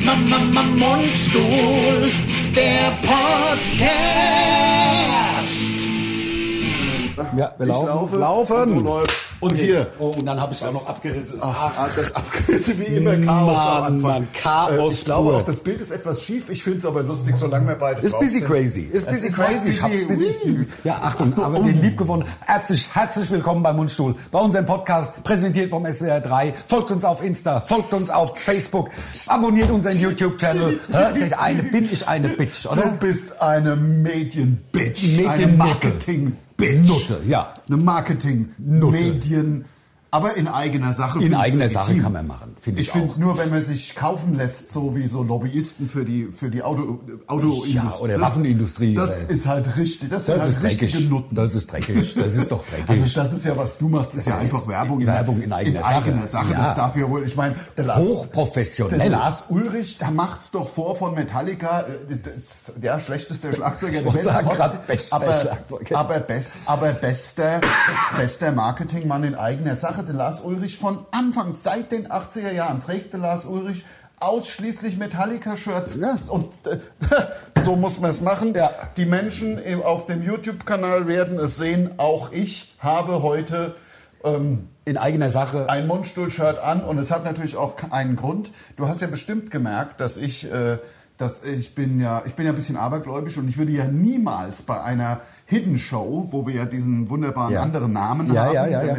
Mundstuhl, der Podcast. Ja, wir laufen. Du läufst. Und hier. Oh, und dann habe ich auch noch abgerissen. Das abgerissen wie immer Chaos am Anfang. Mann, Chaos ich glaube pur. auch, das Bild ist etwas schief. Ich finde es aber lustig, solange wir beide Ist drauf busy sind. crazy. Ist busy crazy. Ich hab's busy. Ja, Achtung, aber den liebgewonnen. Herzlich willkommen beim Mundstuhl. Bei unserem Podcast, präsentiert vom SWR 3. Folgt uns auf Insta, folgt uns auf Facebook. Abonniert unseren YouTube-Channel. Bin ich eine Bitch, oder? Du bist eine Medien-Bitch. Eine Medien-Nutte. Marketing-Bitch. Nutte, ja. Eine Marketing-Medien. Aber in eigener Sache. In eigener legitim. Sache kann man machen, finde ich auch. Ich finde nur, wenn man sich kaufen lässt, so wie so Lobbyisten für die Autoindustrie. Ja, oder Waffenindustrie. Das ist halt richtig. Das Das sind ist halt richtige dreckig. Nutten. Das ist dreckig. Das ist doch dreckig. Also das ist ja, was du machst, ist ja einfach Werbung. Werbung in eigener Sache. Ja. Das darf ja wohl, ich meine, der Hochprofessionell. Lars Ulrich, der macht's doch vor von Metallica, der schlechteste Schlagzeuger der Welt. sagen gerade bester Schlagzeuger. aber bester Marketingmann in eigener Sache. Der Lars Ulrich von Anfang, seit den 80er Jahren, trägt der Lars Ulrich ausschließlich Metallica-Shirts. Ja. Und so muss man es machen. Ja. Die Menschen auf dem YouTube-Kanal werden es sehen. Auch ich habe heute In eigener Sache. ein Mundstuhl-Shirt an. Und es hat natürlich auch einen Grund. Du hast ja bestimmt gemerkt, dass ich bin ja ein bisschen abergläubisch und ich würde ja niemals bei einer Hidden Show, wo wir ja diesen wunderbaren anderen Namen haben. Damit,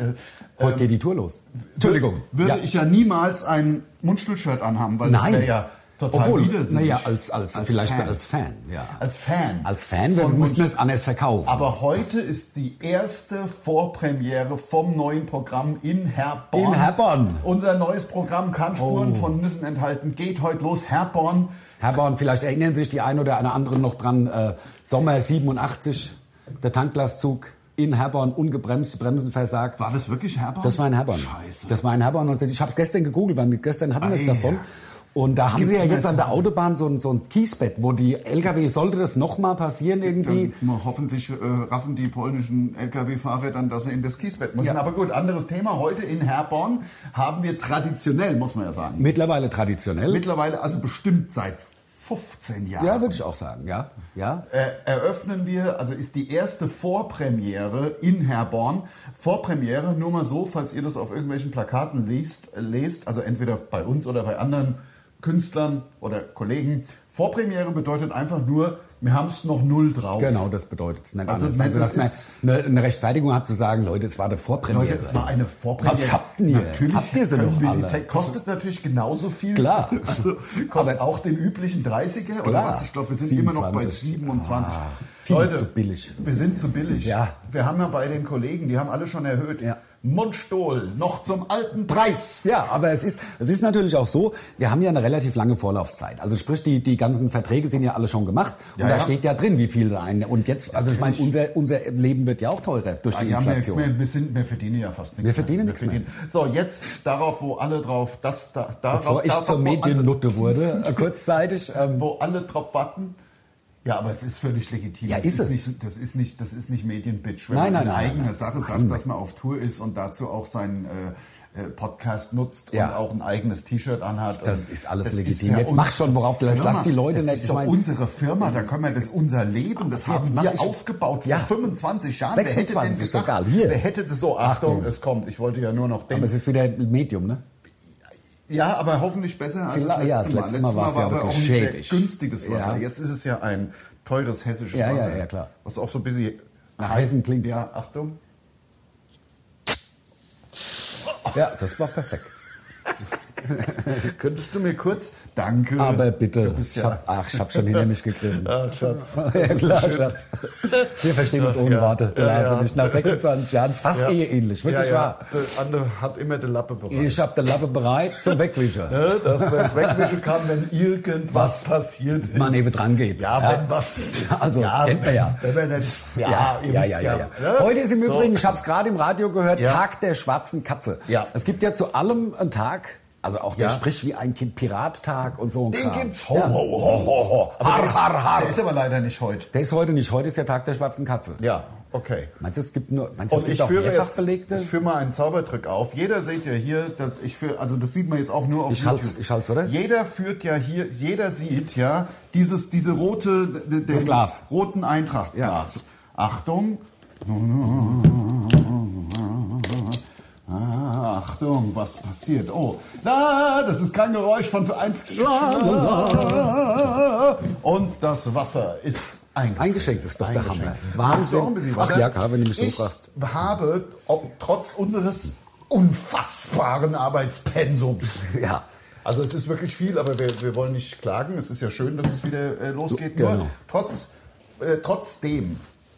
Heute geht die Tour los. Entschuldigung. Würde ich ja niemals ein Mundstuhl-Shirt anhaben, weil das wäre ja total widersinnig. Naja, vielleicht Fan. als Fan, ja. Als Fan. Als Fan Von muss man es anders verkaufen. Aber heute ist die erste Vorpremiere vom neuen Programm in Herborn. In Herborn. Unser neues Programm kann Spuren von Nüssen enthalten. Geht heute los. Herborn. Herborn, vielleicht erinnern sich die ein oder andere noch dran, Sommer 87, der Tanklastzug in Herborn, ungebremst, die Bremsen versagt. War das wirklich Herborn? Das war in Herborn. Scheiße. Das war in Herborn. Und ich habe es gestern gegoogelt, weil gestern hatten wir es davon. Und da haben sie ja jetzt an der Autobahn so ein Kiesbett, wo die LKW, sollte das nochmal passieren irgendwie? Dann hoffentlich raffen die polnischen LKW-Fahrer dann, dass sie in das Kiesbett müssen. Ja. Aber gut, anderes Thema. Heute in Herborn haben wir traditionell, muss man ja sagen. Mittlerweile traditionell. Mittlerweile also bestimmt seit 15 Jahren. Ja, würde ich auch sagen, ja. Eröffnen wir, also ist die erste Vorpremiere in Herborn. Vorpremiere, nur mal so, falls ihr das auf irgendwelchen Plakaten lest, also entweder bei uns oder bei anderen Künstlern oder Kollegen. Vorpremiere bedeutet einfach nur, wir haben es noch null drauf. Genau, das bedeutet es nicht Also alles. das dass man eine Rechtfertigung hat zu sagen, Leute, es war eine Vorpremiere. Leute, es war eine Vorpremiere. Was habt ihr? Natürlich habt ihr sie können noch wir alle? die kostet natürlich genauso viel. Klar. Also kostet auch den üblichen 30er oder was? Ich glaube, wir sind immer noch bei 27. Viel zu billig. Wir sind zu billig. Ja. Wir haben ja bei den Kollegen, die haben alle schon erhöht. Ja. Mundstuhl, noch zum alten Preis. Ja, aber es ist natürlich auch so, wir haben ja eine relativ lange Vorlaufzeit. Also sprich, die ganzen Verträge sind ja alle schon gemacht und da steht ja drin, wie viel rein. Und jetzt, also ich meine, unser Leben wird ja auch teurer durch die Inflation. Wir verdienen ja fast nichts. Wir verdienen nichts mehr. So, jetzt darauf, wo alle drauf, bevor ich zur Mediennutte wurde, kurzzeitig. Wo alle drauf warten. Ja, aber es ist völlig legitim. Ja, das ist nicht Medienbitch, wenn man in eigener Sache sagt, dass man auf Tour ist und dazu auch seinen Podcast nutzt und auch ein eigenes T-Shirt anhat. Das ist alles legitim. Jetzt mach schon, worauf lass die Leute nicht. Das ist doch unsere Firma, da können wir unser Leben, das haben wir aufgebaut vor 25 Jahren. 26 sogar. Hier. Wer hätte das so? Achtung, es kommt. Ich wollte ja nur noch den. Aber es ist wieder ein Medium, ne? Ja, aber hoffentlich besser als das letzte Mal. Das letzte Mal war aber auch ein sehr günstiges Wasser. Ja. Jetzt ist es ja ein teures hessisches Wasser. Ja, klar. Was auch so ein bisschen nach Hessen klingt. Ja, Achtung. Ja, das war perfekt. Könntest du mir kurz... Danke. Aber bitte. Ich hab schon hinter mich gegriffen. Ah, Schatz. Ja, klar, Schatz. Wir verstehen uns ohne Worte. Nicht. Nach 26 Jahren ist fast eheähnlich. Wirklich wahr. Der andere hat immer die Lappe bereit. Ich habe die Lappe bereit zum Wegwischen. Ja, dass man es wegwischen kann, wenn irgendwas passiert ist. Man neben dran geht. Ja, wenn was... Also, kennt man ja. Wenn man nicht... Ja. Heute ist im Übrigen, ich habe es gerade im Radio gehört, Tag der schwarzen Katze. Ja. Es gibt ja zu allem einen Tag... Also auch der spricht wie ein Pirattag und so. Den gibt's. Ho, ho, ho, ho, ho. Har, har, har. Der ist aber leider nicht heute. Der ist heute nicht. Heute ist der Tag der schwarzen Katze. Ja. Okay. Meinst du, es gibt Und auch mehrfach belegte? Ich führe mal einen Zaubertrick auf. Jeder seht ja hier, das sieht man jetzt auch nur auf YouTube. Ich halt's, oder? Jeder führt ja hier, jeder sieht ja diese das Glas. Roten Eintracht-Glas. Ja. Achtung. Achtung, was passiert? Oh, das ist kein Geräusch von und das Wasser ist eingeschenkt. Ist doch der Hammer. Wahnsinn. Ach ja, klar, wenn du mich so fragst. Ich habe, trotz unseres unfassbaren Arbeitspensums, Ja. also es ist wirklich viel, aber wir wollen nicht klagen. Es ist ja schön, dass es wieder losgeht. Genau. Nur trotzdem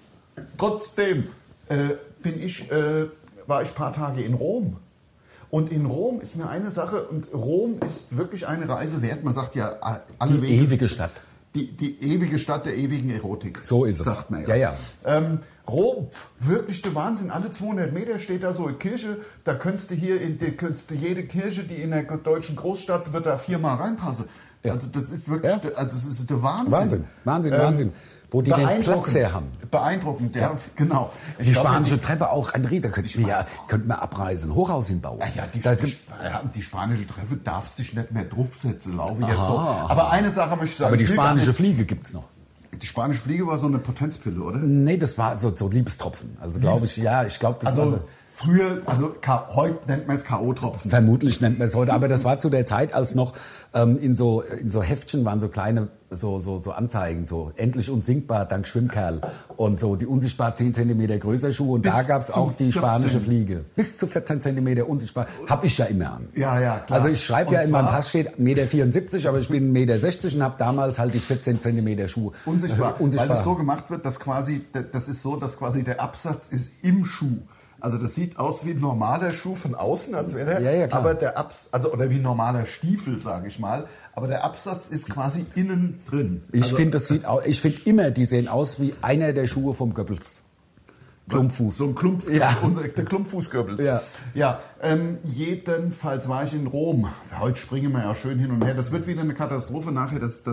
war ich ein paar Tage in Rom. Und in Rom ist mir eine Sache, und Rom ist wirklich eine Reise wert. Man sagt ja, alle Die Wege, ewige Stadt. Die ewige Stadt der ewigen Erotik. So ist es. Sagt man Ja, ja. Rom, wirklich der Wahnsinn. Alle 200 Meter steht da so eine Kirche. Da könntest du jede Kirche, die in der deutschen Großstadt, wird da 4-mal reinpassen. Ja. Also das ist wirklich, also es ist der Wahnsinn. Wo die den Platz her haben. Beeindruckend, ja, genau. Die spanische Treppe auch, André, da könnten wir abreisen, Hochhaus hinbauen. Die spanische Treppe darfst dich nicht mehr draufsetzen, laufe jetzt so. Aber eine Sache möchte ich sagen. Aber die spanische Fliege gibt's noch. Die spanische Fliege war so eine Potenzpille, oder? Nee, das war so Liebestropfen. Also glaube ich, das war so. Früher, heute nennt man es K.O.-Tropfen. Vermutlich nennt man es heute, aber das war zu der Zeit, als noch in so Heftchen waren so kleine so Anzeigen, so endlich unsinkbar dank Schwimmkerl und so die unsichtbar 10 cm größer Schuhe und da gab es auch die spanische Fliege. Bis zu 14 cm unsichtbar, hab ich ja immer an. Ja, klar. Also ich schreibe ja in meinem Pass steht 1,74 Meter, aber ich bin 1,60 Meter und habe damals halt die 14 cm Schuhe. Unsichtbar, weil das so gemacht wird, dass quasi der Absatz ist im Schuh. Also das sieht aus wie ein normaler Schuh von außen, als wäre der, klar. aber der oder wie ein normaler Stiefel, sage ich mal, aber der Absatz ist quasi innen drin. Ich finde immer, die sehen aus wie einer der Schuhe vom Goebbels. Klumpfuß. So ein Klumpfuß, der Klumpfuß Goebbels. Ja. Jedenfalls war ich in Rom. Heute springen wir ja schön hin und her. Das wird wieder eine Katastrophe nachher, das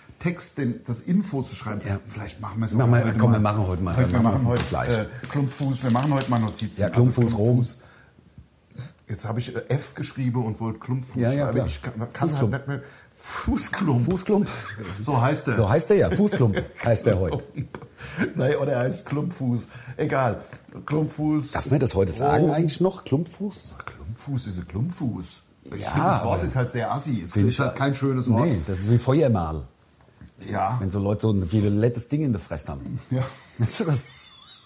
Info zu schreiben. Ja. Vielleicht machen wir es wir machen heute mal. Wir machen heute Klumpfuß, wir machen heute mal Notizen. Ja, Klumpfuß Rom. Jetzt habe ich F geschrieben und wollte Klumpfuß schreiben. Klar. Ich kann halt nicht mehr. Fußklump. So heißt er. So heißt er ja. Fußklump heißt er heute. Nein, oder er heißt Klumpfuß. Egal. Klumpfuß. Darf man das heute sagen eigentlich noch? Klumpfuß? Klumpfuß ist ein Klumpfuß. Ich finde, das Wort ist halt sehr assi. Es ist halt kein schönes Wort. Nee, das ist wie Feuermal. Ja. Wenn so Leute so ein violettes Ding in der Fresse haben. Ja. Weißt du was?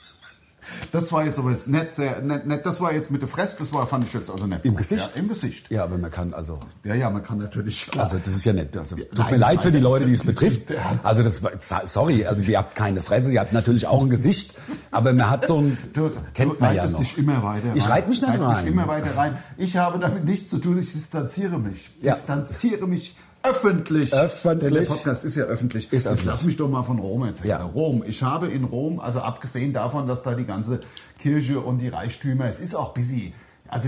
Das war jetzt aber nett, sehr nett. Das war jetzt mit der Fresse, fand ich jetzt also nett. Im Gesicht? Ja, im Gesicht. Ja, aber man kann also... Ja, man kann natürlich... Klar. Also das ist ja nett. Also, tut mir leid für die Leute, die es betrifft. Also sorry, also ihr habt keine Fresse, ihr habt natürlich auch ein Gesicht, aber man hat so ein... Kennt man ja noch. Dich immer weiter rein. Ich reite mich nicht rein. Immer weiter rein. Ich habe damit nichts zu tun, ich distanziere mich. Ja. Distanziere mich öffentlich. Denn der Podcast ist ja öffentlich. Lass mich doch mal von Rom erzählen. Ja. Rom. Ich habe in Rom, also abgesehen davon, dass da die ganze Kirche und die Reichtümer, es ist auch busy. Also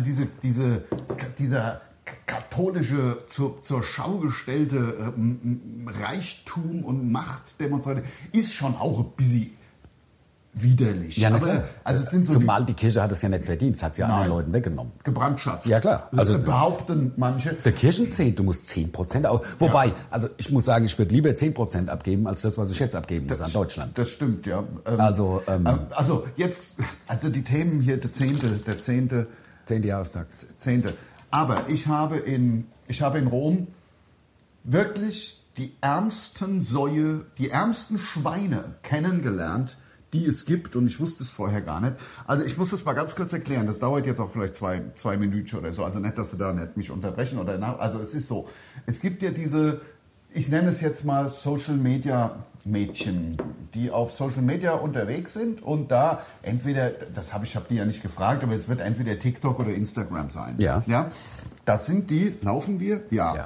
dieser katholische, zur Schau gestellte Reichtum und Machtdemonstration ist schon auch ein busy widerlich. Ja, aber also es sind so zumal die Kirche hat es ja nicht verdient, es hat sie anderen Leuten weggenommen. Gebrandschatzt. Ja klar. Also behaupten manche. Der Kirchenzehnt, du musst 10% wobei, also ich muss sagen, ich würde lieber 10% abgeben, als das, was ich jetzt abgeben muss an Deutschland. Das stimmt, ja. Also die Themen hier, der 10. 10. Jahrestag. 10. Aber ich habe in Rom wirklich die ärmsten Schweine kennengelernt, die es gibt, und ich wusste es vorher gar nicht. Also ich muss das mal ganz kurz erklären. Das dauert jetzt auch vielleicht zwei Minuten oder so. Also nicht, dass Sie da nicht mich unterbrechen oder also es ist so. Es gibt ja diese, ich nenne es jetzt mal Social Media Mädchen, die auf Social Media unterwegs sind und da entweder, ich habe die ja nicht gefragt, aber es wird entweder TikTok oder Instagram sein. Ja. Das sind die, laufen wir? Ja.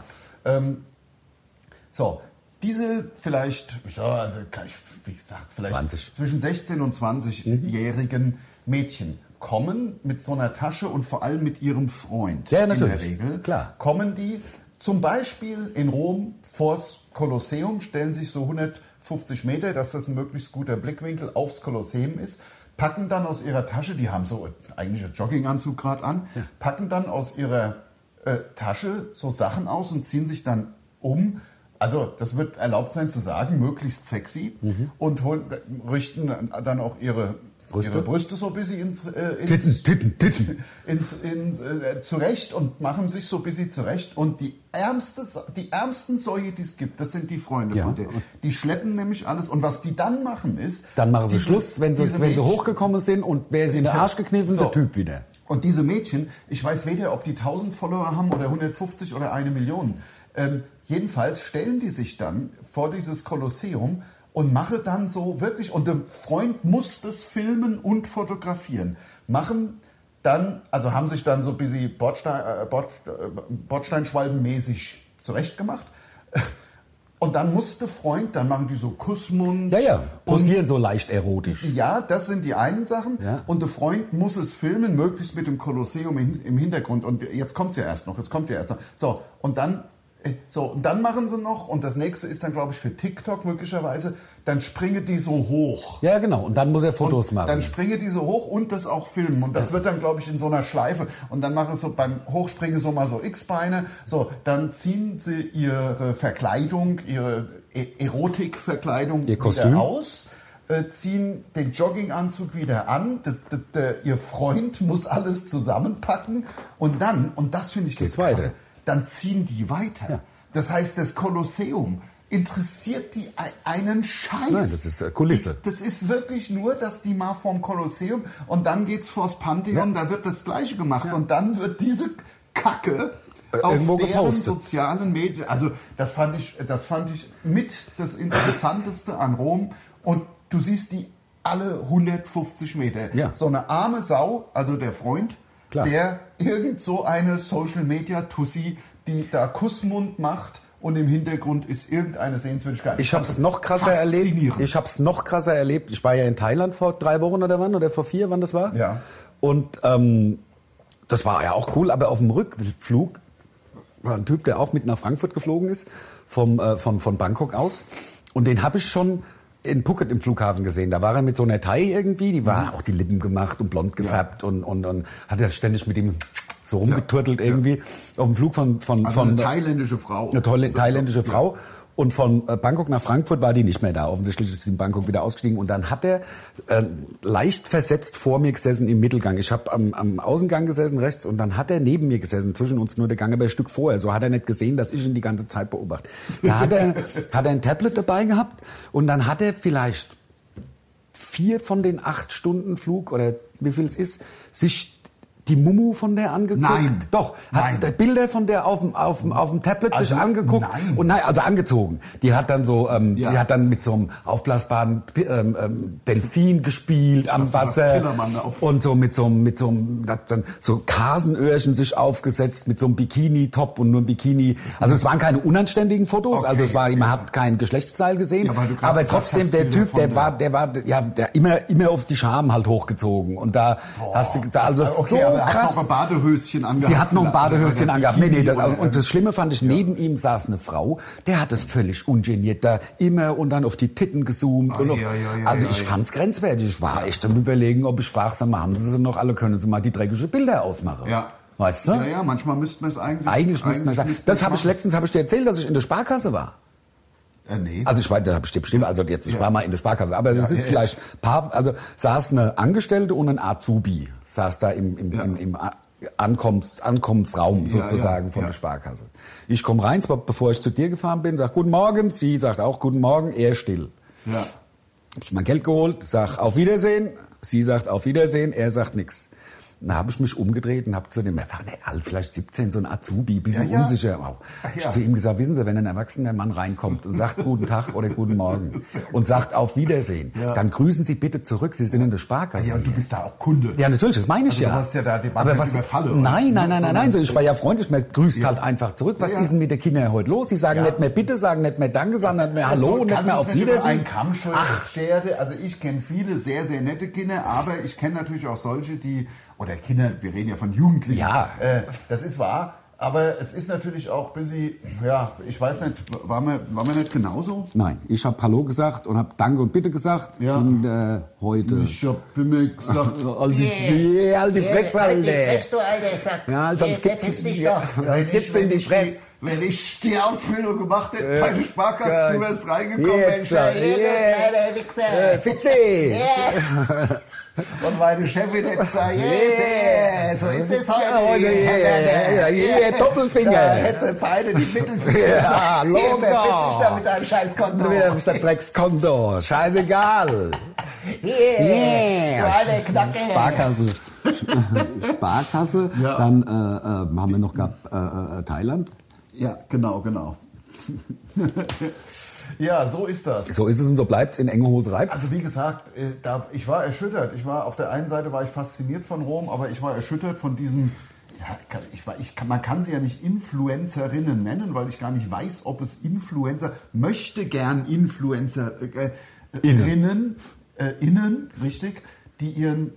Diese vielleicht, wie gesagt, vielleicht 20. Zwischen 16 und 20-jährigen Mädchen kommen mit so einer Tasche und vor allem mit ihrem Freund. Ja, natürlich. In der Regel. Klar. Kommen die zum Beispiel in Rom vors Kolosseum, stellen sich so 150 Meter, dass das ein möglichst guter Blickwinkel aufs Kolosseum ist. packen dann aus ihrer Tasche, die haben so eigentlich einen Jogginganzug gerade an, packen dann aus ihrer Tasche so Sachen aus und ziehen sich dann um. Also das wird erlaubt sein zu sagen, möglichst sexy und richten dann auch ihre Brüste so ein bisschen Titten. zurecht und machen sich so ein bisschen zurecht. Und die ärmsten Säue, die es gibt, das sind die Freunde von denen. Die schleppen nämlich alles. Und was die dann machen ist... Dann machen sie Schluss, wenn sie hochgekommen sind und wer sie in den Arsch gekniffen, der Typ wieder. Und diese Mädchen, ich weiß weder, ob die 1000 Follower haben oder 150 oder 1 Million. Jedenfalls stellen die sich dann vor dieses Kolosseum und mache dann so wirklich, und der Freund muss das filmen und fotografieren, machen dann, also haben sich dann so ein bisschen Bordsteinschwalbenmäßig zurechtgemacht. Und dann muss der Freund, dann machen die so Kussmund. Ja, posieren so leicht erotisch. Ja, das sind die einen Sachen. Ja. Und der Freund muss es filmen, möglichst mit dem Kolosseum im Hintergrund. Und jetzt kommt's ja erst noch. So, und dann machen sie noch, und das nächste ist dann, glaube ich, für TikTok möglicherweise, dann springen die so hoch. Ja, genau, und dann muss er Fotos machen. Dann springen die so hoch und das auch filmen. Und das wird dann, glaube ich, in so einer Schleife. Und dann machen sie so beim Hochspringen so mal so X-Beine. So, dann ziehen sie ihre Verkleidung, ihre Erotikverkleidung ihr Kostüm wieder aus, ziehen den Jogginganzug wieder an. Ihr Freund muss alles zusammenpacken. Und dann, und das finde ich das Krasse, dann ziehen die weiter. Ja. Das heißt, das Kolosseum interessiert die einen Scheiß. Nein, das ist Kulisse. Das ist wirklich nur, dass die mal vorm Kolosseum und dann geht's vors Pantheon, da wird das Gleiche gemacht und dann wird diese Kacke auf deren gepostet. Sozialen Medien. Also das fand ich mit das Interessanteste an Rom, und du siehst die alle 150 Meter. Ja. So eine arme Sau, also der Freund, klar, der irgend so eine Social-Media-Tussi, die da Kussmund macht, und im Hintergrund ist irgendeine Sehenswürdigkeit. Ich habe es noch krasser erlebt. Ich war ja in Thailand vor 3 Wochen oder vor 4, wann das war. Ja. Und das war ja auch cool, aber auf dem Rückflug war ein Typ, der auch mit nach Frankfurt geflogen ist, von Bangkok aus. Und den habe ich schon in Phuket im Flughafen gesehen. Da war er mit so einer Thai irgendwie, die war auch die Lippen gemacht und blond gefärbt und hat er ständig mit ihm so rumgeturtelt irgendwie auf dem Flug von eine thailändische Frau. Eine thailändische Frau. Und von Bangkok nach Frankfurt war die nicht mehr da. Offensichtlich ist sie in Bangkok wieder ausgestiegen. Und dann hat er leicht versetzt vor mir gesessen im Mittelgang. Ich habe am Außengang gesessen, rechts, und dann hat er neben mir gesessen. Zwischen uns nur der Gang, aber ein Stück vorher. So hat er nicht gesehen, dass ich ihn die ganze Zeit beobachte. Da hat er ein Tablet dabei gehabt, und dann hat er vielleicht 4 von den 8 Stunden Flug, oder wie viel es ist, sich die Mumu von der angeguckt? Nein. Doch. Hat Bilder von der auf dem Tablet sich angeguckt. Nein. Und also angezogen. Die hat dann so, die hat dann mit so einem aufblasbaren Delfin gespielt am Wasser. Und so mit so einem, hat dann so Kasenöhrchen sich aufgesetzt mit so einem Bikini-Top und nur ein Bikini. Also es waren keine unanständigen Fotos. Okay. Also man hat keinen Geschlechtsteil gesehen. Ja, aber trotzdem, der Typ, der war immer auf die Scham halt hochgezogen. Und da hast du, also okay, so krass. Hat noch ein Badehöschen angehabt. Sie hat noch ein Badehöschen angehabt. Und das Schlimme fand ich, neben ihm saß eine Frau, der hat es völlig ungeniert da immer und dann auf die Titten gezoomt. Ich fand's grenzwertig. Ich war echt am Überlegen, ob ich frage, sag mal, haben Sie noch alle, können Sie mal die dreckige Bilder ausmachen? Ja. Weißt du? Ja, manchmal müssten wir es eigentlich. Eigentlich müssten wir es sagen. Das habe ich letztens, habe ich dir erzählt, dass ich in der Sparkasse war. Nee. Also ich war mal in der Sparkasse, aber das ist vielleicht saß eine Angestellte und ein Azubi, saß da im Ankommensraum sozusagen von der Sparkasse. Ich komme rein, bevor ich zu dir gefahren bin, sag Guten Morgen, sie sagt auch Guten Morgen, er still. Ja. Hab ich mein Geld geholt, sag Auf Wiedersehen, sie sagt Auf Wiedersehen, er sagt nix. Dann habe ich mich umgedreht und habe zu dem, er war nicht alt, vielleicht 17, so ein Azubi, bisschen unsicher auch. Ich zu ihm gesagt, wissen Sie, wenn ein erwachsener Mann reinkommt und sagt Guten Tag oder Guten Morgen und sagt Auf Wiedersehen, dann grüßen Sie bitte zurück, Sie sind in der Sparkasse. Ja, und du bist da auch Kunde. Ja, natürlich, das meine ich Du wolltest ja da die Bank überfallen. Nein, so, ich war ja freundlich, man grüßt halt einfach zurück. Was ist denn mit den Kindern heute los? Die sagen nicht mehr Bitte, sagen nicht mehr Danke, sagen nicht mehr Hallo, nicht mehr Auf Wiedersehen. Ein Kammschere. Also ich kenne viele sehr, sehr nette Kinder, aber ich kenne natürlich auch solche, oder Kinder, wir reden ja von Jugendlichen. Ja. Das ist wahr. Aber es ist natürlich auch ein bisschen, ja, ich weiß nicht, waren wir nicht genauso? Nein, ich habe Hallo gesagt und habe Danke und Bitte gesagt. Ja. Und heute... Ich hab immer gesagt, Halt die Fresse, Alter. Die Fresse, du alter Sack. Ja, sonst gibt's dich ja, doch. sonst gibt's in die Fresse. wenn ich die Ausbildung gemacht hätte bei der Sparkasse, du wärst reingekommen, Jetzt, Mensch, Hier, du kleiner Wichser. Fitte! Ja. und meine Chefin hätte gesagt, yeah, so ist es heute. Yeah, Doppelfinger. Da hätte beide die Mittelfinger Ja, gesagt, locker. hier, verpiss dich da mit deinem Scheißkonto. Du bist der Dreckskonto. Scheißegal. Hier, du alter Knacke. Sparkasse. Ja. Dann haben wir noch gehabt Thailand. Ja, genau. Ja, so ist das. So ist es und so bleibt es. In enge Hose reibt. Also wie gesagt, ich war erschüttert. Auf der einen Seite war ich fasziniert von Rom, aber ich war erschüttert von diesen, man kann sie ja nicht Influencerinnen nennen, weil ich gar nicht weiß, ob es möchte gern Influencerinnen, richtig, die ihren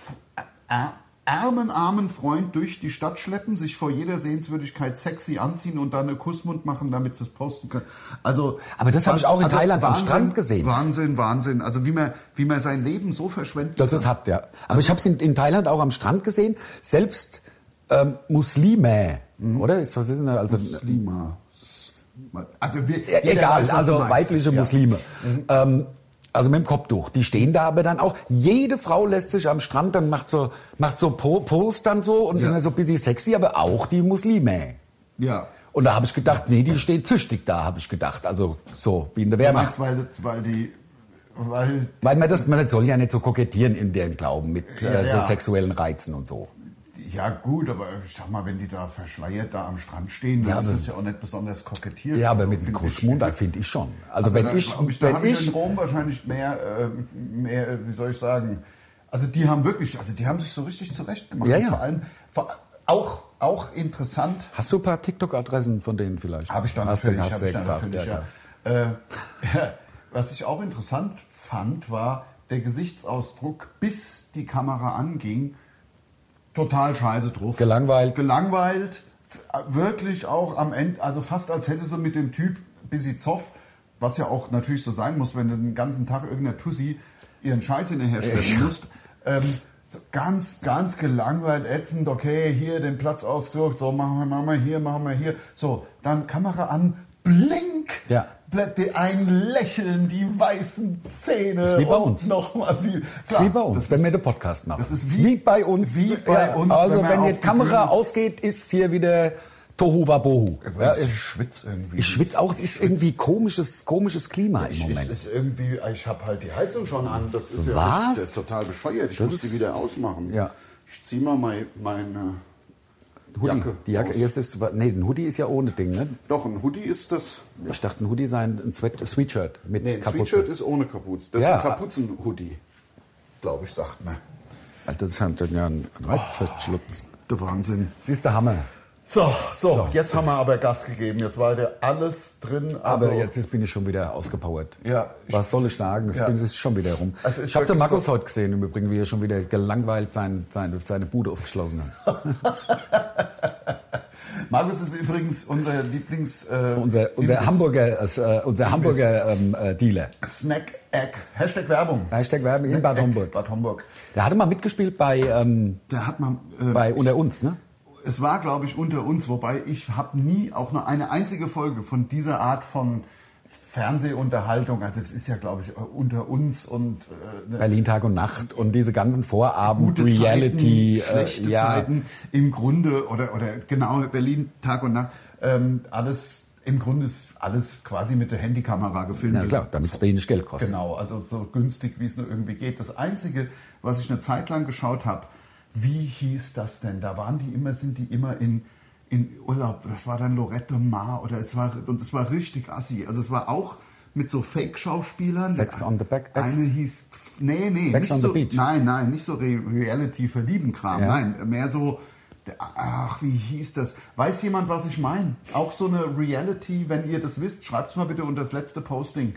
armen Freund durch die Stadt schleppen, sich vor jeder Sehenswürdigkeit sexy anziehen und dann einen Kussmund machen, damit sie es posten können. Also, Aber das habe ich auch in Thailand am Strand gesehen. Wahnsinn. Also wie man sein Leben so verschwenden Das kann. ist hart, ja. Aber ich habe es in Thailand auch am Strand gesehen. Selbst Muslime, oder? Was ist denn da? Also, Muslima. Also egal, weiß, was also du meinst. weibliche Ja. Muslime. Also mit dem Kopftuch. Die stehen da aber dann auch. Jede Frau lässt sich am Strand, dann macht so Post dann so und immer so ein bisschen sexy, aber auch die Muslime. Ja. Und da habe ich gedacht, nee, die stehen züchtig da, habe ich gedacht. Also so, wie in der Du Wehrmacht. meinst, weil Weil man soll ja nicht so kokettieren in deren Glauben mit so Ja. sexuellen Reizen und so. ja gut, aber ich sag mal, wenn die da verschleiert da am Strand stehen, dann ist das ja auch nicht besonders kokettiert. Ja, aber Also, mit dem find Kussmund, finde ich schon. Also da wenn habe ich in Rom wahrscheinlich mehr, wie soll ich sagen, also die haben sich so richtig zurecht gemacht. Ja, Und ja. vor allem, auch interessant, Hast du ein paar TikTok-Adressen von denen vielleicht? habe ich dann Hast natürlich, du gefragt, ja. Was ich auch interessant fand, war der Gesichtsausdruck, bis die Kamera anging, total scheiße drauf. Gelangweilt, wirklich auch am Ende, also fast als hätte sie mit dem Typ bisschen Zoff, was ja auch natürlich so sein muss, wenn du den ganzen Tag irgendeiner Tussi ihren Scheiß hinterher schleppen musst. So ganz gelangweilt, ätzend, okay, hier den Platz ausgedruckt, so machen wir hier. So, dann Kamera an, blink! Ja. Ein Lächeln, die weißen Zähne. Das ist wie bei und uns. Nochmal viel. Das ist wie bei uns, wenn wir den Podcast machen. Das ist wie bei uns. Wie bei uns. Also wenn wir die Kamera ausgeht, ist hier wieder Tohu Wabohu. Ja, ich schwitze irgendwie. ich schwitze auch, es ist irgendwie komisches Klima im Moment. Ich habe halt die Heizung schon an. Das ist Was? das ist total bescheuert. Ich Das muss die ist- wieder ausmachen. Ja. Ich zieh mal meine Jacke. Die Jacke, aus. ein Hoodie ist ja ohne Ding, ne? Doch, ein Hoodie ist das. Ich dachte, ein Hoodie sei ein Sweatshirt mit Nee, ein Kapuze. Sweatshirt ist ohne Kapuze. Das Ja. ist ein Kapuzen-Hoodie. Glaube ich, sagt man. Alter, das ist halt ja ein Reizschlutz. Der Wahnsinn. Das ist der Hammer. So, jetzt haben wir aber Gas gegeben. Jetzt war da alles drin. Also, Aber jetzt bin ich schon wieder ausgepowert. Ja, Was soll ich sagen? Das Ja. ist schon wieder rum. Also ist ich habe den wirklich Markus so- heute gesehen, im Übrigen, wie er schon wieder gelangweilt seine Bude aufgeschlossen hat. Markus ist übrigens unser Lieblings... unser Hamburger Dealer. Snack-Egg. Hashtag Werbung. Hashtag Werbung in Snack Bad Egg, Homburg. Bad Homburg. Der hatte mal mitgespielt bei Der hat mal... Unter uns, ne? Es war, glaube ich, unter uns, wobei ich habe nie auch nur eine einzige Folge von dieser Art von Fernsehunterhaltung, also es ist ja, glaube ich, unter uns und Berlin Tag und Nacht und diese ganzen Vorabend, gute Reality, Zeiten, schlechte Zeiten, im Grunde, oder genau, Berlin Tag und Nacht, alles, im Grunde ist alles quasi mit der Handykamera gefilmt. Ja klar, damit es wenig Geld kostet. Genau, also so günstig, wie es nur irgendwie geht. Das Einzige, was ich eine Zeit lang geschaut habe, wie hieß das denn? Da sind die immer in Urlaub. Das war dann Lorette Mar es war richtig assi. Also es war auch mit so Fake-Schauspielern. Sex on the Back. Eine hieß, nee, Sex nicht on the so, Beach. Nein, nicht so Reality-Verlieben-Kram. Ja. Nein, mehr so, wie hieß das? Weiß jemand, was ich meine? Auch so eine Reality, wenn ihr das wisst, schreibt es mal bitte unter das letzte Posting,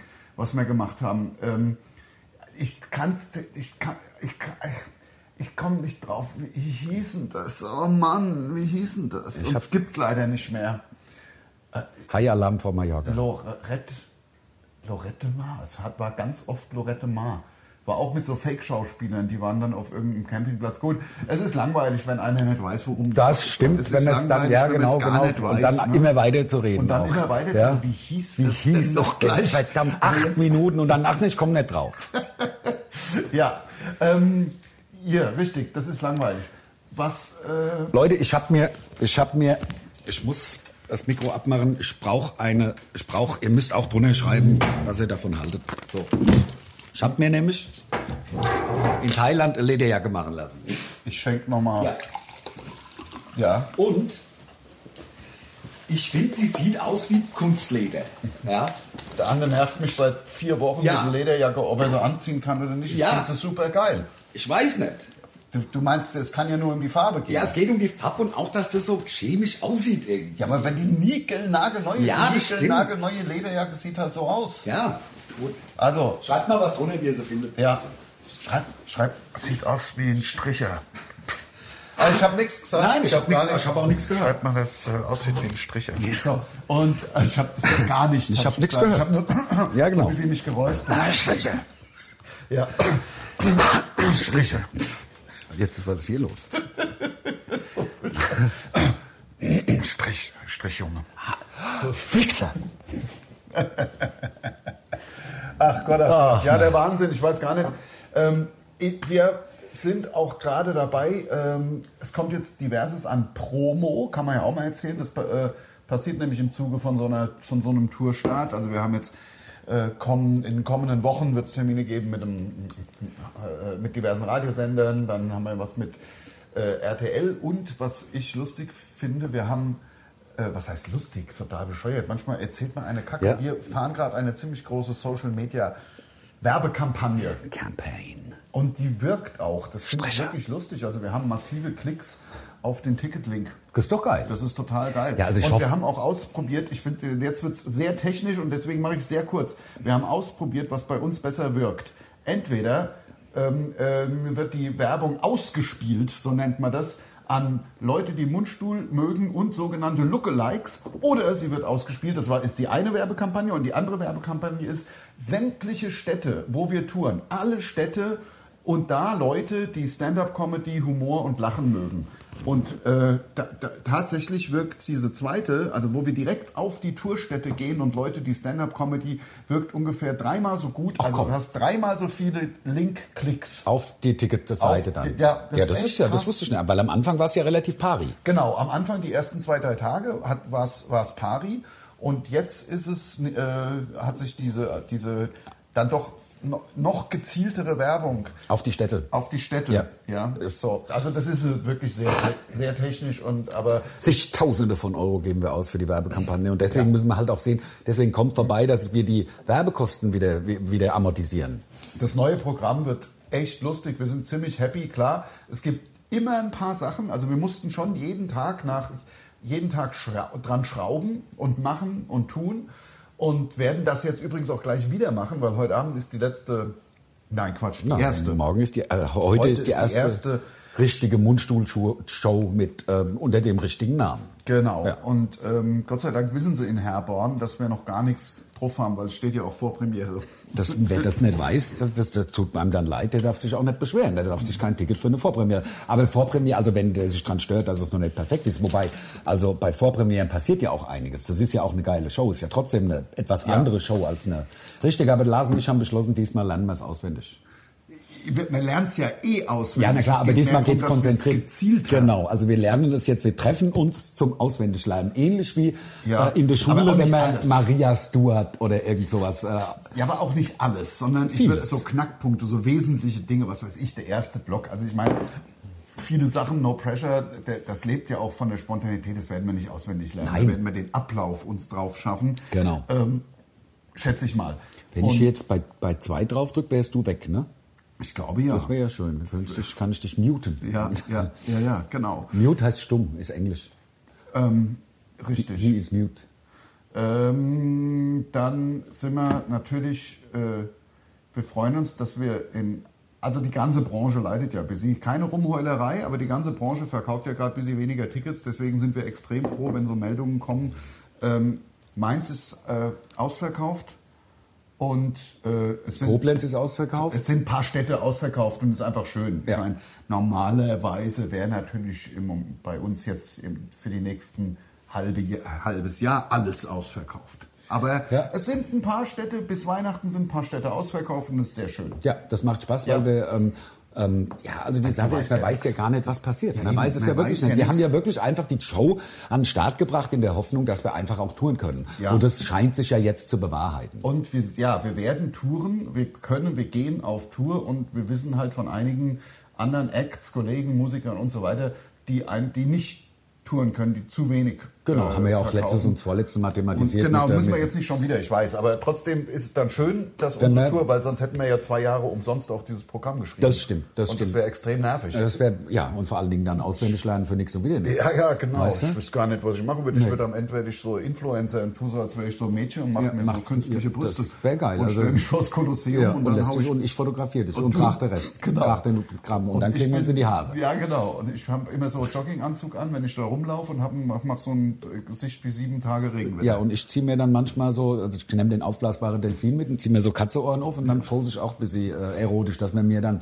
Ich komme nicht drauf. Wie hieß denn das? Oh Mann, wie hieß denn das? Und es gibt's leider nicht mehr. High Alarm vor Mallorca. Lorette Mar. Es war ganz oft Lorette Mar. War auch mit so Fake-Schauspielern, die waren dann auf irgendeinem Campingplatz. Gut, es ist langweilig, wenn einer nicht weiß, worum das stimmt, es wenn es dann, ja genau, nicht weiß, und dann ne? immer weiter zu reden. Und dann auch. immer weiter zu reden. Wie hieß das noch gleich? Verdammt, 8 Minuten und danach nicht, ich komme nicht drauf. Ja, ja, richtig, das ist langweilig. Was, Leute, ich muss das Mikro abmachen. Ihr müsst auch drunter schreiben, was ihr davon haltet. So. Ich habe mir nämlich in Thailand eine Lederjacke machen lassen. ich schenke nochmal. Ja. Ja. Und ich finde, sie sieht aus wie Kunstleder. Ja. Der andere nervt mich seit 4 Wochen Ja. mit der Lederjacke, ob er sie anziehen kann oder nicht. Ich Ja. finde sie super geil. Ich weiß nicht. Du meinst, es kann ja nur um die Farbe gehen. Ja, es geht um die Farbe und auch, dass das so chemisch aussieht irgendwie. Ja, aber wenn die niegelnagelneu ist, Ja, die das stimmt. niegelnagelneue Lederjacke sieht halt so aus. Ja, gut. Also, Schreibt mal was drunter, wie ihr sie findet. ja, schreib, sieht aus wie ein Stricher. Also ich habe nichts gesagt. Nein, ich hab auch nichts gehört. Schreibt mal, dass es aussieht wie ein Stricher. So. Und ich habe das ja gar nichts. Ich hab nichts gesagt. gehört. Ich habe nur Ja, genau. so wie sie mich geräuspert. Striche. Ja. Striche. Jetzt ist was hier los. Strich, Junge. Wichser. Ach Gott, ja, der Wahnsinn, ich weiß gar nicht. Wir sind auch gerade dabei, es kommt jetzt diverses an Promo, kann man ja auch mal erzählen. Das passiert nämlich im Zuge von so einem Tourstart. Also wir haben jetzt in den kommenden Wochen wird es Termine geben mit diversen Radiosendern. Dann haben wir was mit RTL und was ich lustig finde, wir haben was heißt lustig? Total bescheuert. Manchmal erzählt man eine Kacke. Ja. Wir fahren gerade eine ziemlich große Social-Media-Werbekampagne. Campaign. Und die wirkt auch. Das finde ich Stricher. wirklich lustig. Also wir haben massive Klicks auf den Ticketlink. Das ist doch geil. Das ist total geil. Ja, also ich und hoffe- wir haben auch ausprobiert, ich finde, jetzt wird es sehr technisch und deswegen mache ich es sehr kurz. Wir haben ausprobiert, was bei uns besser wirkt. Entweder wird die Werbung ausgespielt, so nennt man das, an Leute, die Mundstuhl mögen und sogenannte Lookalikes, oder sie wird ausgespielt, ist die eine Werbekampagne, und die andere Werbekampagne ist sämtliche Städte, wo wir touren, alle Städte und da Leute, die Stand-up-Comedy, Humor und Lachen mögen. Und tatsächlich wirkt diese zweite, also wo wir direkt auf die Tourstätte gehen und Leute, die Stand-up-Comedy, wirkt ungefähr 3-mal so gut. Ach, Also komm. du hast 3-mal so viele Link-Klicks. Auf die Ticketseite Auf dann. die- ja, das ist das echt ist ja, das krass. wusste ich nicht. Weil am Anfang war es ja relativ pari. Genau, am Anfang die ersten 2-3 Tage war es pari und jetzt ist es, hat sich diese dann doch noch gezieltere Werbung Auf die Städte. auf die Städte. Ja. So. Also das ist wirklich sehr, sehr technisch aber Zigtausende von Euro geben wir aus für die Werbekampagne. Und deswegen müssen wir halt auch sehen, deswegen kommt vorbei, dass wir die Werbekosten wieder amortisieren. das neue Programm wird echt lustig. Wir sind ziemlich happy. Klar, es gibt immer ein paar Sachen. Also wir mussten schon jeden Tag dran schrauben und machen und tun. Und werden das jetzt übrigens auch gleich wieder machen, weil heute Abend ist die letzte, nein Quatsch, die erste. Morgen ist heute ist die erste richtige Mundstuhl-Show mit unter dem richtigen Namen. Genau. Ja. Und Gott sei Dank wissen sie in Herborn, dass wir noch gar nichts drauf haben, weil es steht ja auch vor Premiere. Wer das nicht weiß, das tut einem dann leid, der darf sich auch nicht beschweren. Der darf sich kein Ticket für eine Vorpremiere. Aber Vorpremiere, also wenn der sich dran stört, dass es noch nicht perfekt ist, wobei, also bei Vorpremieren passiert ja auch einiges. Das ist ja auch eine geile Show, ist ja trotzdem eine etwas andere Show als eine richtige. Aber Lars und ich haben beschlossen, diesmal lernen wir es auswendig. Man lernt es ja auswendig. Ja, na klar, Es aber geht diesmal mehr geht's darum, dass wir es konzentriert. gezielt haben. Genau, also wir lernen das jetzt, wir treffen uns zum Auswendiglernen. Ähnlich wie Ja, in der aber auch Schule, wenn nicht man alles. Maria Stuart oder irgend sowas. Ja, aber auch nicht alles, sondern ich Vieles. würde so Knackpunkte, so wesentliche Dinge, was weiß ich, der erste Block. Also ich meine, viele Sachen, no pressure, das lebt ja auch von der Spontanität, das werden wir nicht auswendig lernen. Nein. Da werden wir den Ablauf uns drauf schaffen. Genau. Schätze ich mal. Wenn ich jetzt bei 2 drauf drücke, wärst du weg, ne? Ich glaube ja. Das wäre ja schön. Kann ich dich muten. Ja, genau. Mute heißt stumm, ist Englisch. Richtig. He is mute. Dann sind wir natürlich, wir freuen uns, dass wir in Also die ganze Branche leidet ja ein bisschen. Keine Rumheulerei, aber die ganze Branche verkauft ja gerade ein bisschen weniger Tickets. Deswegen sind wir extrem froh, wenn so Meldungen kommen. Mainz ist ausverkauft. Und Koblenz ist ausverkauft. Es sind ein paar Städte ausverkauft und es ist einfach schön. Ja. Ich meine, normalerweise wäre natürlich bei uns jetzt für die nächsten halbes Jahr alles ausverkauft. Aber es sind ein paar Städte, bis Weihnachten sind ein paar Städte ausverkauft und das ist sehr schön. Ja, das macht Spaß, weil wir... also die Sache ist, man weiß ja gar nicht, was passiert. Man weiß es ja wirklich nicht. Wir haben ja wirklich einfach die Show an den Start gebracht in der Hoffnung, dass wir einfach auch touren können. Ja. Und das scheint sich ja jetzt zu bewahrheiten. Und wir werden touren, wir gehen auf Tour und wir wissen halt von einigen anderen Acts, Kollegen, Musikern und so weiter, die nicht touren können, die zu wenig Genau, haben wir ja auch letztes und vorletztes Mal thematisiert. Und genau, müssen wir jetzt nicht schon wieder, ich weiß. Aber trotzdem ist es dann schön, dass unsere Tour, weil sonst hätten wir ja 2 Jahre umsonst auch dieses Programm geschrieben. Das stimmt, das und stimmt. Das wäre extrem nervig. Das wäre, ja, und vor allen Dingen dann auswendig lernen für nichts und wieder nicht. Ja, genau. Weißt du? Ich wüsste gar nicht, was ich machen würde. Ich würde am Ende werde ich so Influencer und tue so, als wäre ich so ein Mädchen und mache mir so künstliche Brüste. Das wäre geil. Und stelle mich vor das Kolosseum und dann ich fotografiere dich und trage den Rest. Genau. Trage den Gramm und dann kriegen wir uns in die Haare. Ja, genau. Und ich habe immer so einen Jogginganzug an, wenn ich da rumlaufe und mache so ein Gesicht wie 7 Tage Regenwetter. Ja, und ich ziehe mir dann manchmal so, also ich nehme den aufblasbaren Delfin mit und ziehe mir so Katzeohren auf und dann pose ich auch ein bisschen erotisch, dass man mir dann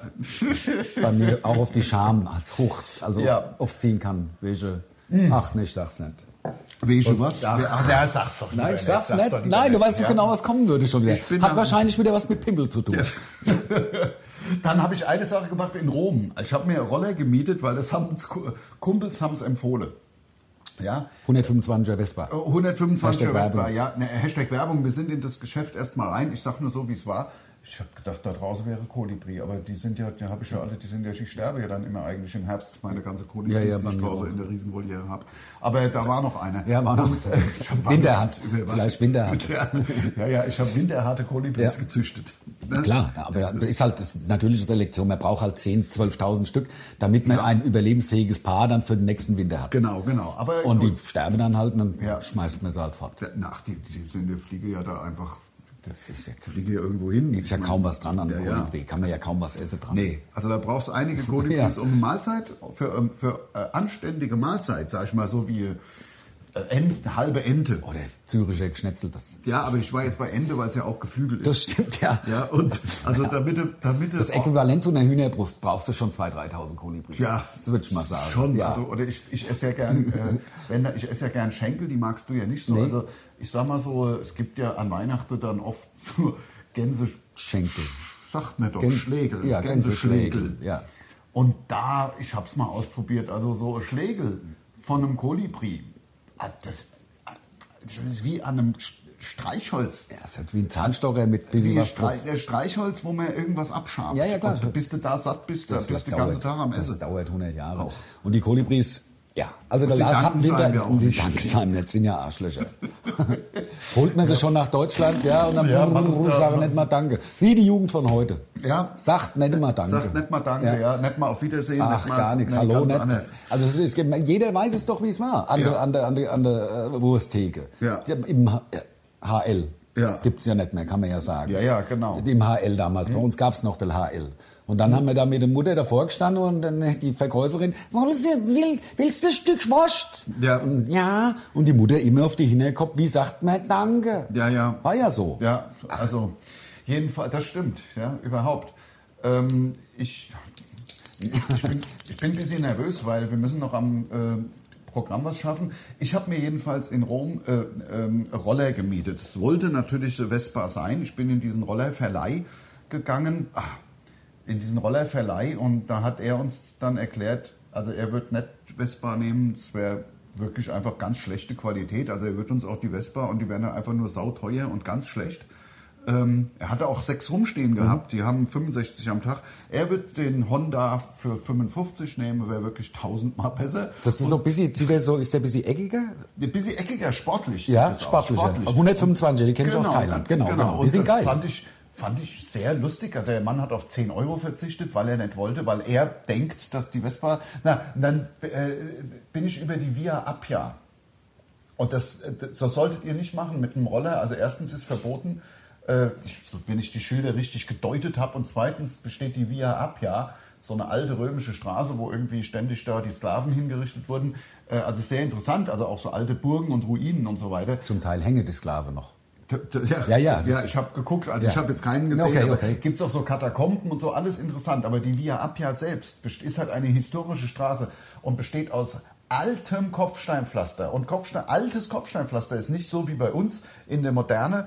bei mir auch auf die Scham als aufziehen kann. Ach, nee, ich sag's nicht. Welche was? Ach, sag's doch Nein, ich sag's nicht. Nein, du weißt doch genau, was kommen würde schon wieder. Hat wahrscheinlich wieder was mit Pimmel zu tun. Ja. Dann habe ich eine Sache gemacht in Rom. Ich habe mir Roller gemietet, weil das haben uns Kumpels empfohlen. Ja. 125er Vespa. 125er Vespa, ja. Hashtag Werbung. Wir sind in das Geschäft erstmal rein. Ich sag nur so, wie es war. Ich habe gedacht, da draußen wäre Kolibri, aber die sind ja, die habe ich ja alle, ich sterbe ja dann immer eigentlich im Herbst, meine ganze Kolibris, die ich draußen in der Riesenvoliere habe. Aber da war noch einer. Ja, war noch. Winterhart. Vielleicht Winterhart. Ja, ich habe winterharte Kolibris gezüchtet. Ne? Klar, aber das ist halt natürliche Selektion. Man braucht halt 10.000, 12.000 Stück, damit man ein überlebensfähiges Paar dann für den nächsten Winter hat. Genau. Aber und die sterben dann halt und dann schmeißt man sie halt fort. Die fliegen ja da einfach... Das ist ja fliege ja irgendwo hin. Ist ja kaum was dran an Kolibri. Kann man ja kaum was essen dran. Nee, also da brauchst du einige Kolibris um eine Mahlzeit, für anständige Mahlzeit, sag ich mal so wie halbe Ente. Oder Züricher geschnetzelt das. Ja, aber ich war jetzt bei Ente, weil es ja auch geflügelt ist. Das stimmt, ja. Ja, und also damit das Äquivalent zu einer Hühnerbrust brauchst du schon 2.000, 3.000 Kolibris. Ja, das würde ich mal sagen. Schon, ja. Also, oder ich esse ja gern, ich esse ja gern Schenkel, die magst du ja nicht so. Nee. Also ich sag mal so, es gibt ja an Weihnachten dann oft so Gänseschenkel. Sagt mir doch, Schlegel. Ja, Gänseschlegel. Ja. Und ich hab's mal ausprobiert, also so ein Schlegel von einem Kolibri. Das ist wie an einem Streichholz. Ja, das ist wie ein Zahnstocher mit bisschen was drauf. Streichholz, wo man irgendwas abschabt. Ja, klar. Und bis du da satt bist, da bist du den ganzen Tag am Essen. Das dauert 100 Jahre. Auch. Und die Kolibris, also der Lars hat Winter, und die danken nicht, sind ja Arschlöcher. Holt man sie schon nach Deutschland, und dann sagen nicht mal Danke. Wie die Jugend von heute. Ja. Sagt nicht mal Danke. Sagt nicht mal Danke, nicht mal auf Wiedersehen. Ach, gar nichts. Hallo, nicht. Also jeder weiß es doch, wie es war. An der Wursttheke. Ja. Im HL. Gibt es ja nicht mehr, kann man ja sagen. Ja, genau. Im HL damals. Bei uns gab es noch den HL. Und dann haben wir da mit der Mutter davor gestanden und dann die Verkäuferin, willst du ein Stück Wurst? Ja. Und die Mutter immer auf die Hinterkopf, wie sagt man Danke? Ja. War ja so. Ja, also jedenfalls, das stimmt, überhaupt. Ich bin ein bisschen nervös, weil wir müssen noch am Programm was schaffen. Ich habe mir jedenfalls in Rom Roller gemietet. Es wollte natürlich Vespa sein. Ich bin in diesen Rollerverleih gegangen. Und da hat er uns dann erklärt, also er wird nicht Vespa nehmen, es wäre wirklich einfach ganz schlechte Qualität. Also er wird uns auch die Vespa und die wären einfach nur sauteuer und ganz schlecht. Er hatte auch 6 rumstehen gehabt, die haben 65 am Tag. Er wird den Honda für 55 nehmen, wäre wirklich 1000-mal besser. Das ist so ein bisschen, ist der ein bisschen eckiger? Ein bisschen eckiger, sportlich. Ja, sportlicher. 125, die kenne ich aus Thailand. Genau. Die sind geil. Fand ich sehr lustig. Der Mann hat auf 10 Euro verzichtet, weil er nicht wollte, weil er denkt, dass die Vespa... dann bin ich über die Via Appia. Und das solltet ihr nicht machen mit einem Roller. Also erstens ist verboten, wenn ich die Schilder richtig gedeutet habe. Und zweitens besteht die Via Appia, so eine alte römische Straße, wo irgendwie ständig da die Sklaven hingerichtet wurden. Also sehr interessant, also auch so alte Burgen und Ruinen und so weiter. Zum Teil hänge die Sklave noch. Ja, ich habe geguckt, also ich habe jetzt keinen gesehen, okay. Gibt es auch so Katakomben und so, alles interessant. Aber die Via Appia selbst ist halt eine historische Straße und besteht aus altem Kopfsteinpflaster. Und altes Kopfsteinpflaster ist nicht so wie bei uns in der Moderne,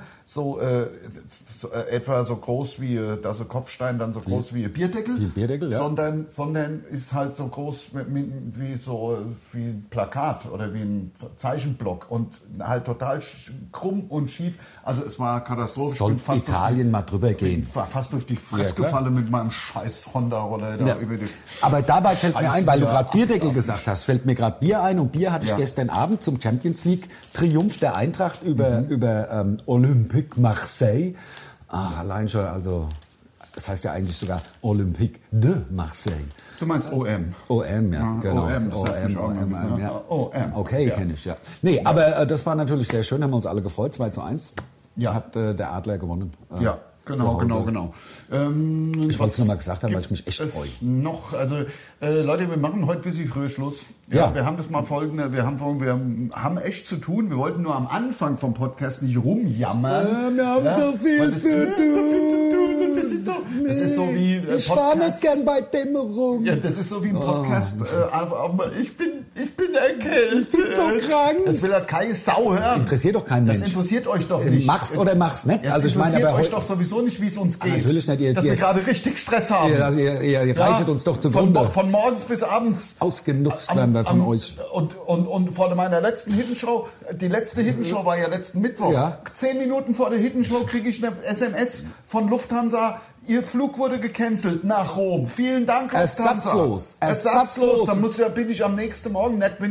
etwa so groß wie, so Kopfstein dann so groß wie ein Bierdeckel. Wie ein Bierdeckel, ja. Sondern ist halt so groß wie ein Plakat oder wie ein Zeichenblock und halt total krumm und schief. Also es war katastrophisch. Soll Italien mal drüber gehen. Ich war fast durch die Fresse gefallen mit meinem scheiß Honda-Roller. Aber dabei fällt mir ein, weil du gerade Bierdeckel Arsch. gesagt hast, fällt mir gerade Bier ein. Und Bier hatte ich gestern Abend zum Champions League Triumph der Eintracht über Olympique Marseille. Ach, allein schon, also das heißt ja eigentlich sogar Olympique de Marseille. Du meinst OM? OM, ja, genau. OM, das sagt mich auch mal ein bisschen, ja. OM. Okay, kenne ich, ja. Nee, aber das war natürlich sehr schön, haben wir uns alle gefreut. 2:1 hat der Adler gewonnen. Ja. Genau. Ich wollte es nochmal gesagt haben, weil ich mich echt freue. Leute, wir machen heute ein bisschen früher Schluss. Ja. Wir haben das mal folgende, wir haben echt zu tun. Wir wollten nur am Anfang vom Podcast nicht rumjammern. Wir haben so viel zu tun. Das ist so wie ich fahre nicht gern bei Dämmerung. Ja, das ist so wie ein Podcast. Einfach auch mal, ich bin erkältet. Ich bin so krank. Das will halt keine Sau hören. Das interessiert doch keinen Mensch. Das interessiert euch doch nicht. Mach's oder mach's nicht. Das interessiert euch doch sowieso nicht, wie es uns geht. Natürlich nicht. Dass wir gerade richtig Stress haben. Ihr reitet uns doch zugrunde. Von morgens bis abends. Ausgenutzt werden wir von euch. Und vor meiner letzten Hittenshow, die letzte Hittenshow war ja letzten Mittwoch. Ja. 10 Minuten vor der Hittenshow kriege ich eine SMS von Lufthansa. Ihr Flug wurde gecancelt nach Rom. Vielen Dank, Lufthansa. Ersatzlos. Dann bin ich am nächsten Morgen habe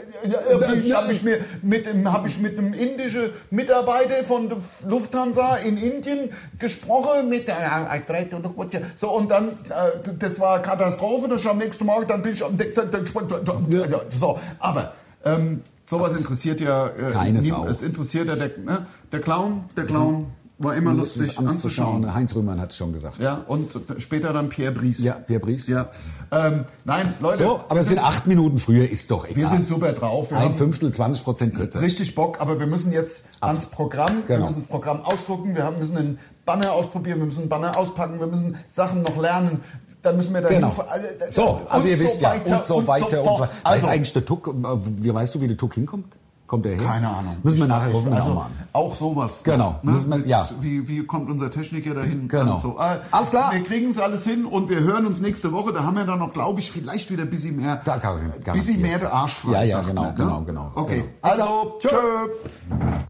ich mit einem indischen Mitarbeiter von der Lufthansa in Indien gesprochen so, und dann das war Katastrophe. Das am nächsten Morgen, dann bin ich so, aber sowas interessiert ja keine Sau. Es interessiert ja der Clown war immer lustig anzuschauen. Heinz Rühmann hat es schon gesagt. Ja, und später dann Pierre Brice. Ja, Pierre Brice. Ja. Nein, Leute. So, aber es sind 8 Minuten früher, ist doch egal. Wir sind super drauf. Ein Fünftel, 20% kürzer. Richtig Bock, aber wir müssen jetzt ans Programm. Wir müssen das Programm ausdrucken. Wir müssen einen Banner ausprobieren. Wir müssen einen Banner auspacken. Wir müssen Sachen noch lernen. Dann müssen wir dahin. Also ihr wisst ja, und so weiter. Also, ist eigentlich der Tuck, wie weißt du, wie der Tuck hinkommt? Kommt der her? Keine Ahnung. Müssen wir nachher gucken. Auch sowas. Genau. Ne? Wie kommt unser Techniker dahin? Genau. Also, alles klar. Wir kriegen es alles hin und wir hören uns nächste Woche. Da haben wir dann noch, glaube ich, vielleicht wieder ein bisschen mehr. Bisschen mehr der Arsch frei. Ja, genau. Okay. Also, tschö.